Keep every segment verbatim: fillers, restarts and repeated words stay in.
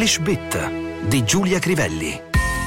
English Bit di Giulia Crivelli.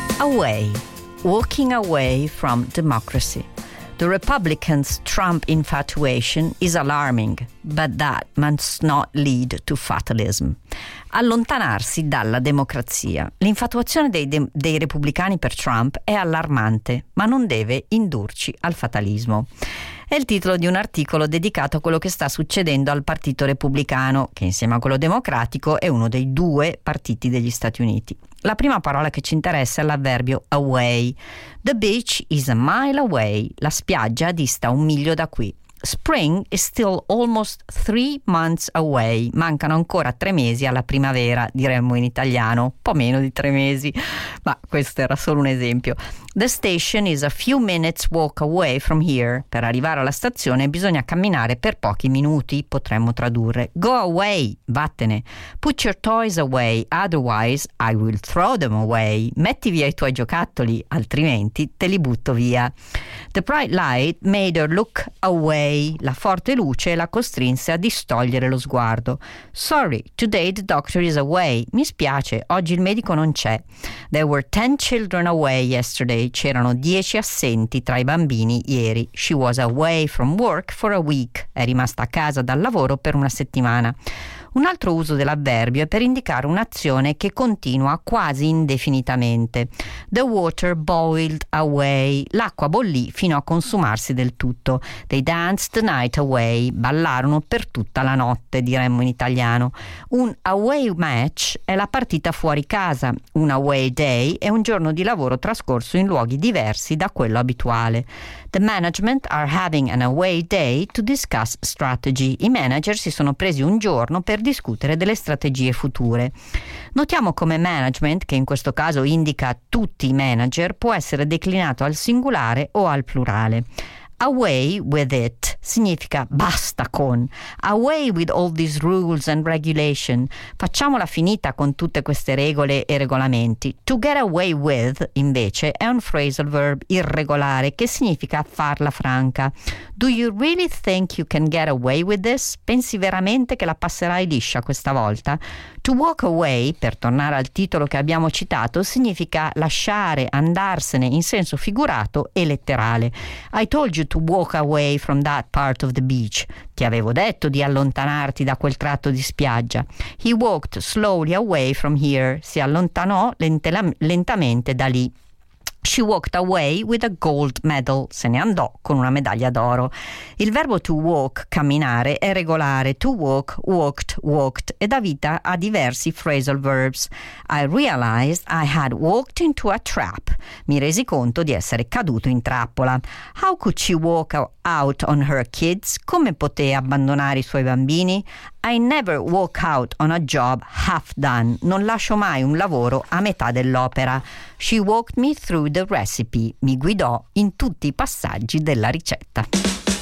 Away. Walking away from democracy. The Republicans' Trump infatuation is alarming, but that must not lead to fatalism. Allontanarsi dalla democrazia. L'infatuazione dei, de- dei repubblicani per Trump è allarmante, ma non deve indurci al fatalismo. È il titolo di un articolo dedicato a quello che sta succedendo al Partito Repubblicano, che insieme a quello democratico è uno dei due partiti degli Stati Uniti. La prima parola che ci interessa è l'avverbio away. The beach is a mile away. La spiaggia dista un miglio da qui. Spring is still almost three months away. Mancano ancora tre mesi alla primavera, diremmo in italiano, un po' meno di tre mesi, ma questo era solo un esempio. The station is a few minutes walk away from here. Per arrivare alla stazione bisogna camminare per pochi minuti, potremmo tradurre. Go away, vattene. Put your toys away, otherwise I will throw them away. Metti via i tuoi giocattoli, altrimenti te li butto via. The bright light made her look away. La forte luce la costrinse a distogliere lo sguardo. Sorry, today the doctor is away. Mi spiace, oggi il medico non c'è. There were ten children away yesterday. C'erano dieci assenti tra i bambini ieri. She was away from work for a week. È rimasta a casa dal lavoro per una settimana. Un altro uso dell'avverbio è per indicare un'azione che continua quasi indefinitamente. The water boiled away. L'acqua bollì fino a consumarsi del tutto. They danced the night away. Ballarono per tutta la notte, diremmo in italiano. Un away match è la partita fuori casa. Un away day è un giorno di lavoro trascorso in luoghi diversi da quello abituale. The management are having an away day to discuss strategy. I manager si sono presi un giorno per discutere delle strategie future. Notiamo come management, che in questo caso indica tutti i manager, può essere declinato al singolare o al plurale. Away with it significa basta con. Away with all these rules and regulation. Facciamola finita con tutte queste regole e regolamenti. To get away with, invece, è un phrasal verb irregolare che significa farla franca. Do you really think you can get away with this? Pensi veramente che la passerai liscia questa volta? To walk away, per tornare al titolo che abbiamo citato, significa lasciare, andarsene in senso figurato e letterale. I told you to walk away from that part of the beach. Ti avevo detto di allontanarti da quel tratto di spiaggia. He walked slowly away from here. Si allontanò lente- lentamente da lì. She walked away with a gold medal. Se ne andò con una medaglia d'oro. Il verbo to walk, camminare, è regolare. To walk, walked, walked e dà vita a diversi phrasal verbs. I realized I had walked into a trap. Mi resi conto di essere caduto in trappola. How could she walk out on her kids? Come poté abbandonare i suoi bambini? I never walk out on a job half done. Non lascio mai un lavoro a metà dell'opera. She walked me through the recipe. Mi guidò in tutti i passaggi della ricetta.